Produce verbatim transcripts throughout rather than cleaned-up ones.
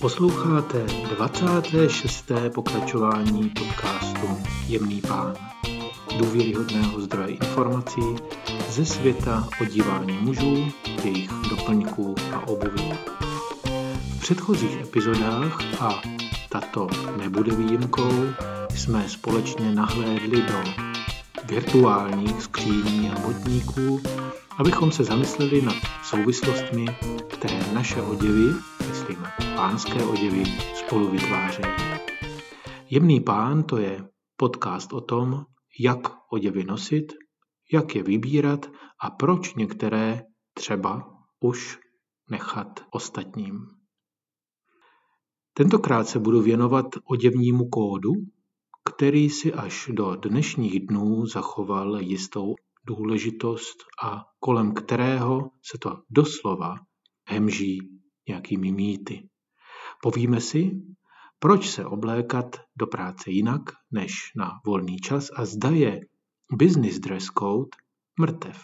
Posloucháte dvacáté šesté pokračování podcastu Jemný pán, důvěryhodného zdroje informací ze světa odívání mužů, jejich doplňků a obuvi. V předchozích epizodách, a tato nebude výjimkou, jsme společně nahlédli do virtuálních skříní hmotníků, abychom se zamysleli nad souvislostmi, které naše oděvy, myslím pánské oděvy, spolu vytvářejí. Jemný pán, to je podcast o tom, jak oděvy nosit, jak je vybírat a proč některé třeba už nechat ostatním. Tentokrát se budu věnovat oděvnímu kódu, který si až do dnešních dnů zachoval jistou důležitost a kolem kterého se to doslova hemží nějakými mýty. Povíme si, proč se oblékat do práce jinak než na volný čas a zda je business dress code mrtev.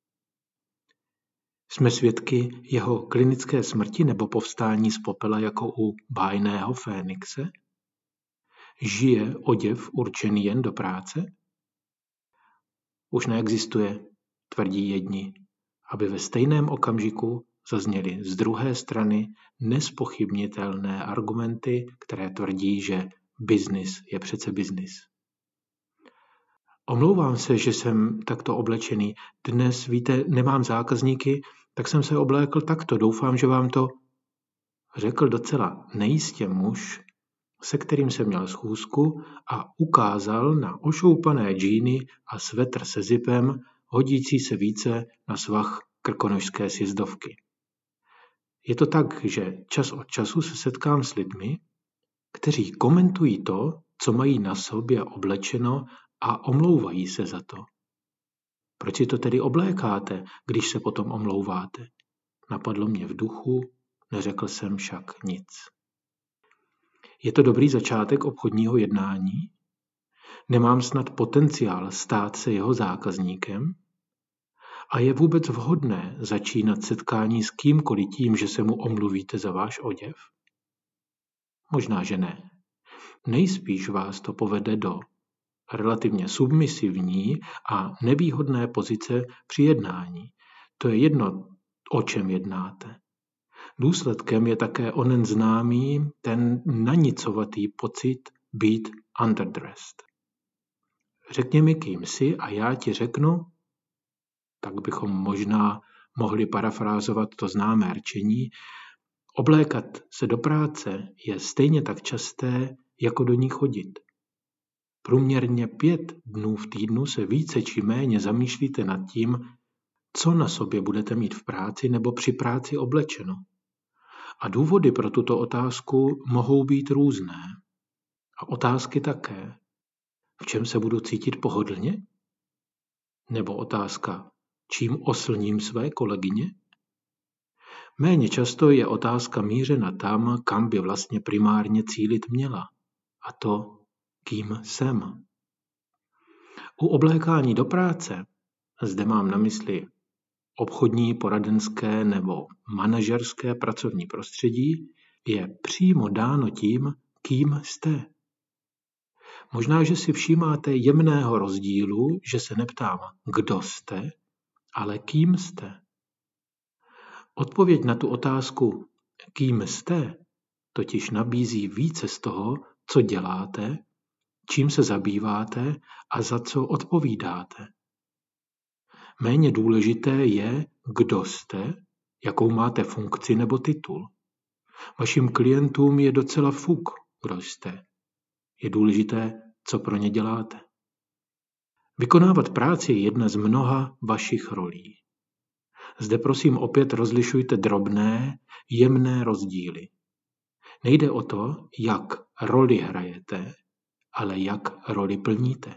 Jsme svědky jeho klinické smrti nebo povstání z popela jako u bájného Fénixe? Žije oděv určený jen do práce? Už neexistuje, tvrdí jedni, aby ve stejném okamžiku zazněly z druhé strany nespochybnitelné argumenty, které tvrdí, že biznis je přece biznis. Omlouvám se, že jsem takto oblečený. Dnes, víte, nemám zákazníky, tak jsem se oblékl takto. Doufám, že vám to řekl docela nejistě muž, se kterým jsem měl schůzku a ukázal na ošoupané džíny a svetr se zipem, hodící se více na svah krkonošské sjezdovky. Je to tak, že čas od času se setkám s lidmi, kteří komentují to, co mají na sobě oblečeno a omlouvají se za to. Proč si to tedy oblékáte, když se potom omlouváte? Napadlo mě v duchu, neřekl jsem však nic. Je to dobrý začátek obchodního jednání? Nemám snad potenciál stát se jeho zákazníkem? A je vůbec vhodné začínat setkání s kýmkoliv tím, že se mu omluvíte za váš oděv? Možná, že ne. Nejspíš vás to povede do relativně submisivní a nevýhodné pozice při jednání. To je jedno, o čem jednáte. Důsledkem je také onen známý, ten nanicovatý pocit být underdressed. Řekni mi, kým jsi, a já ti řeknu, tak bychom možná mohli parafrázovat to známé rčení, oblékat se do práce je stejně tak časté, jako do ní chodit. Průměrně pět dnů v týdnu se více či méně zamýšlíte nad tím, co na sobě budete mít v práci nebo při práci oblečeno. A důvody pro tuto otázku mohou být různé. A otázky také. V čem se budu cítit pohodlně? Nebo otázka, čím oslním své kolegyně? Méně často je otázka mířena tam, kam by vlastně primárně cílit měla. A to, kým jsem. U oblékání do práce, zde mám na mysli obchodní, poradenské nebo manažerské pracovní prostředí, je přímo dáno tím, kým jste. Možná, že si všímáte jemného rozdílu, že se neptám, kdo jste, ale kým jste. Odpověď na tu otázku, kým jste, totiž nabízí více z toho, co děláte, čím se zabýváte a za co odpovídáte. Méně důležité je, kdo jste, jakou máte funkci nebo titul. Vašim klientům je docela fuk, kdo jste. Je důležité, co pro ně děláte. Vykonávat práci je jedna z mnoha vašich rolí. Zde prosím opět rozlišujte drobné, jemné rozdíly. Nejde o to, jak roli hrajete, ale jak roli plníte.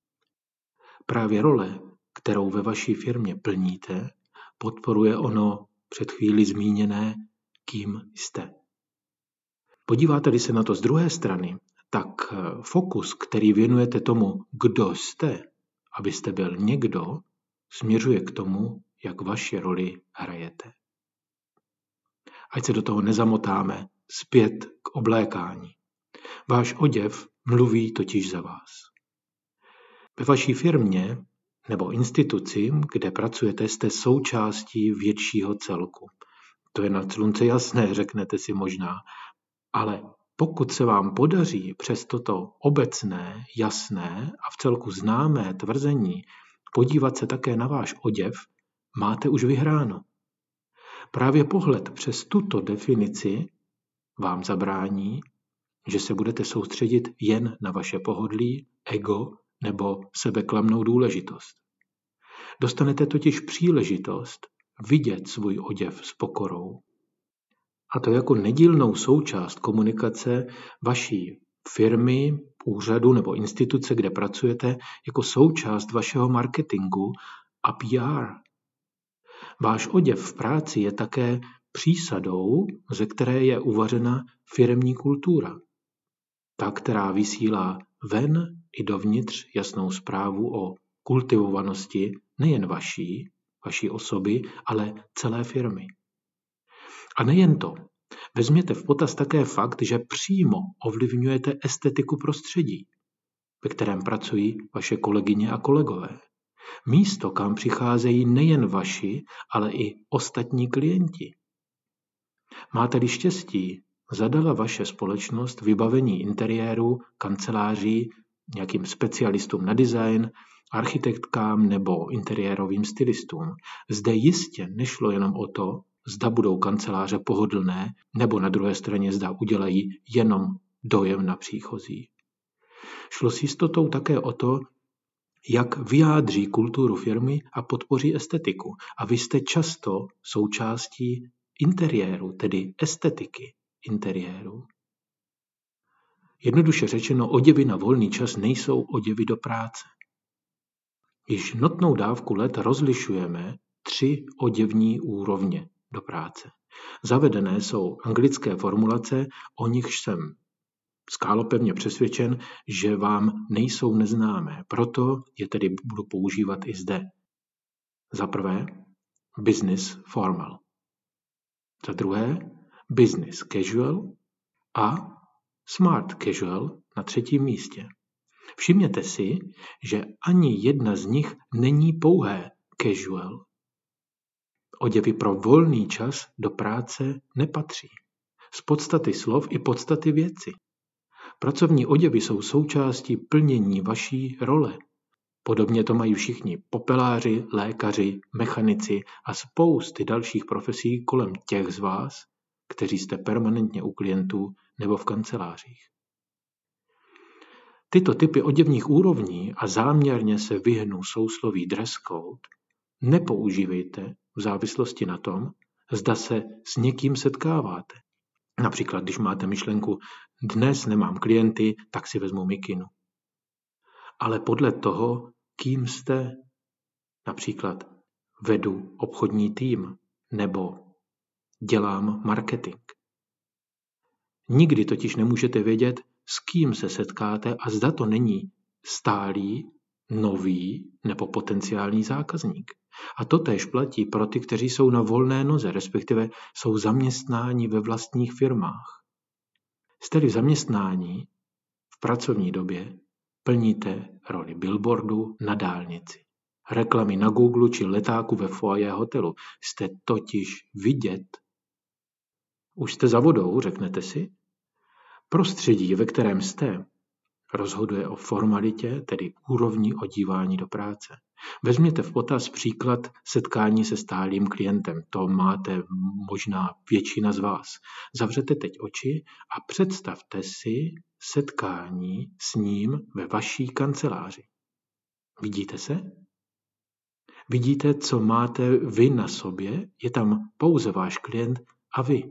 Právě role, kterou ve vaší firmě plníte, podporuje ono před chvíli zmíněné, kým jste. Podíváte-li se na to z druhé strany, tak fokus, který věnujete tomu, kdo jste, abyste byl někdo, směřuje k tomu, jak vaši roli hrajete. Ať se do toho nezamotáme zpět k oblékání. Váš oděv mluví totiž za vás. Ve vaší firmě nebo instituci, kde pracujete, jste součástí většího celku. To je nad slunce jasné, řeknete si možná, ale pokud se vám podaří přes toto obecné, jasné a v celku známé tvrzení podívat se také na váš oděv, máte už vyhráno. Právě pohled přes tuto definici vám zabrání, že se budete soustředit jen na vaše pohodlí, ego nebo sebeklamnou důležitost. Dostanete totiž příležitost vidět svůj oděv s pokorou. A to jako nedílnou součást komunikace vaší firmy, úřadu nebo instituce, kde pracujete, jako součást vašeho marketingu a P R. Váš oděv v práci je také přísadou, ze které je uvařena firemní kultura. Ta, která vysílá ven i dovnitř jasnou zprávu o kultivovanosti nejen vaší, vaší osoby, ale celé firmy. A nejen to. Vezměte v potaz také fakt, že přímo ovlivňujete estetiku prostředí, ve kterém pracují vaše kolegyně a kolegové. Místo, kam přicházejí nejen vaši, ale i ostatní klienti. Máte-li štěstí, zadala vaše společnost vybavení interiéru, kanceláří, nějakým specialistům na design, architektkám nebo interiérovým stylistům. Zde jistě nešlo jenom o to, zda budou kanceláře pohodlné, nebo na druhé straně zda udělají jenom dojem na příchozí. Šlo s jistotou také o to, jak vyjádří kulturu firmy a podpoří estetiku. A vy jste často součástí interiéru, tedy estetiky interiéru. Jednoduše řečeno, oděvy na volný čas nejsou oděvy do práce. Již notnou dávku let rozlišujeme tři oděvní úrovně do práce. Zavedené jsou anglické formulace, o nichž jsem skálopevně přesvědčen, že vám nejsou neznámé. Proto je tedy budu používat i zde. Za prvé, business formal. Za druhé, business casual a smart casual na třetím místě. Všimněte si, že ani jedna z nich není pouhé casual. Oděvy pro volný čas do práce nepatří. Z podstaty slov i podstaty věci. Pracovní oděvy jsou součástí plnění vaší role. Podobně to mají všichni popeláři, lékaři, mechanici a spousty dalších profesí kolem těch z vás, kteří jste permanentně u klientů nebo v kancelářích. Tyto typy oděvních úrovní a záměrně se vyhnu sousloví dress code nepoužívejte v závislosti na tom, zda se s někým setkáváte. Například, když máte myšlenku, dnes nemám klienty, tak si vezmu mikinu. Ale podle toho, kým jste, například vedu obchodní tým nebo dělám marketing. Nikdy totiž nemůžete vědět, s kým se setkáte a zda to není stálý, nový nebo potenciální zákazník. A to též platí pro ty, kteří jsou na volné noze, respektive jsou zaměstnáni ve vlastních firmách. Jste-li v zaměstnání v pracovní době, plníte roli billboardu na dálnici, reklamy na Google či letáku ve foyer hotelu. Jste totiž vidět. Už jste za vodou, řeknete si? Prostředí, ve kterém jste, rozhoduje o formalitě, tedy úrovni odívání do práce. Vezměte v potaz příklad setkání se stálým klientem. To máte možná většina z vás. Zavřete teď oči a představte si setkání s ním ve vaší kanceláři. Vidíte se? Vidíte, co máte vy na sobě? Je tam pouze váš klient a vy.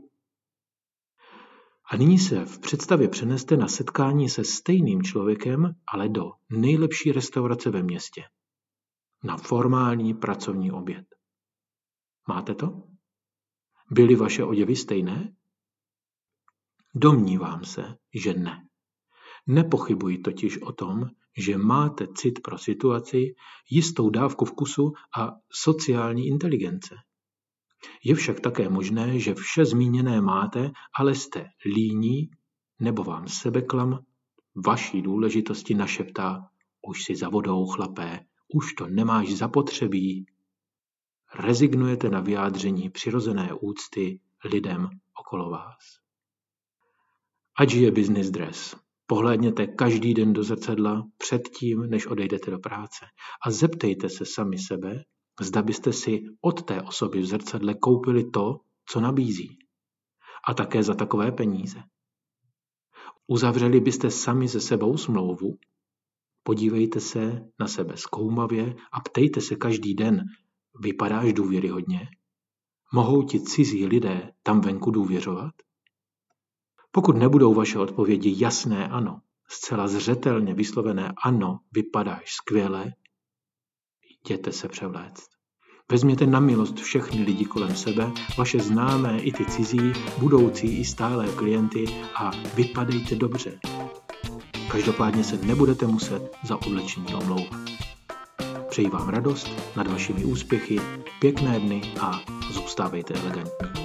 A nyní se v představě přeneste na setkání se stejným člověkem, ale do nejlepší restaurace ve městě. Na formální pracovní oběd. Máte to? Byly vaše oděvy stejné? Domnívám se, že ne. Nepochybuji totiž o tom, že máte cit pro situaci, jistou dávku vkusu a sociální inteligence. Je však také možné, že vše zmíněné máte, ale jste líní, nebo vám sebeklam vaší důležitosti našeptá: už si za vodou, chlapé, už to nemáš zapotřebí. Rezignujete na vyjádření přirozené úcty lidem okolo vás. Ať žije business dress. Pohlédněte každý den do zrcadla předtím, než odejdete do práce a zeptejte se sami sebe, zda byste si od té osoby v zrcadle koupili to, co nabízí. A také za takové peníze. Uzavřeli byste sami se sebou smlouvu? Podívejte se na sebe zkoumavě a ptejte se každý den: vypadáš důvěryhodně? Mohou ti cizí lidé tam venku důvěřovat? Pokud nebudou vaše odpovědi jasné ano, zcela zřetelně vyslovené ano, vypadáš skvěle, jděte se převléct. Vezměte na milost všechny lidi kolem sebe, vaše známé i ty cizí, budoucí i stálé klienty a vypadejte dobře. Každopádně se nebudete muset za oblečení omlouvat. Přeji vám radost nad vašimi úspěchy, pěkné dny a zůstávejte elegantní.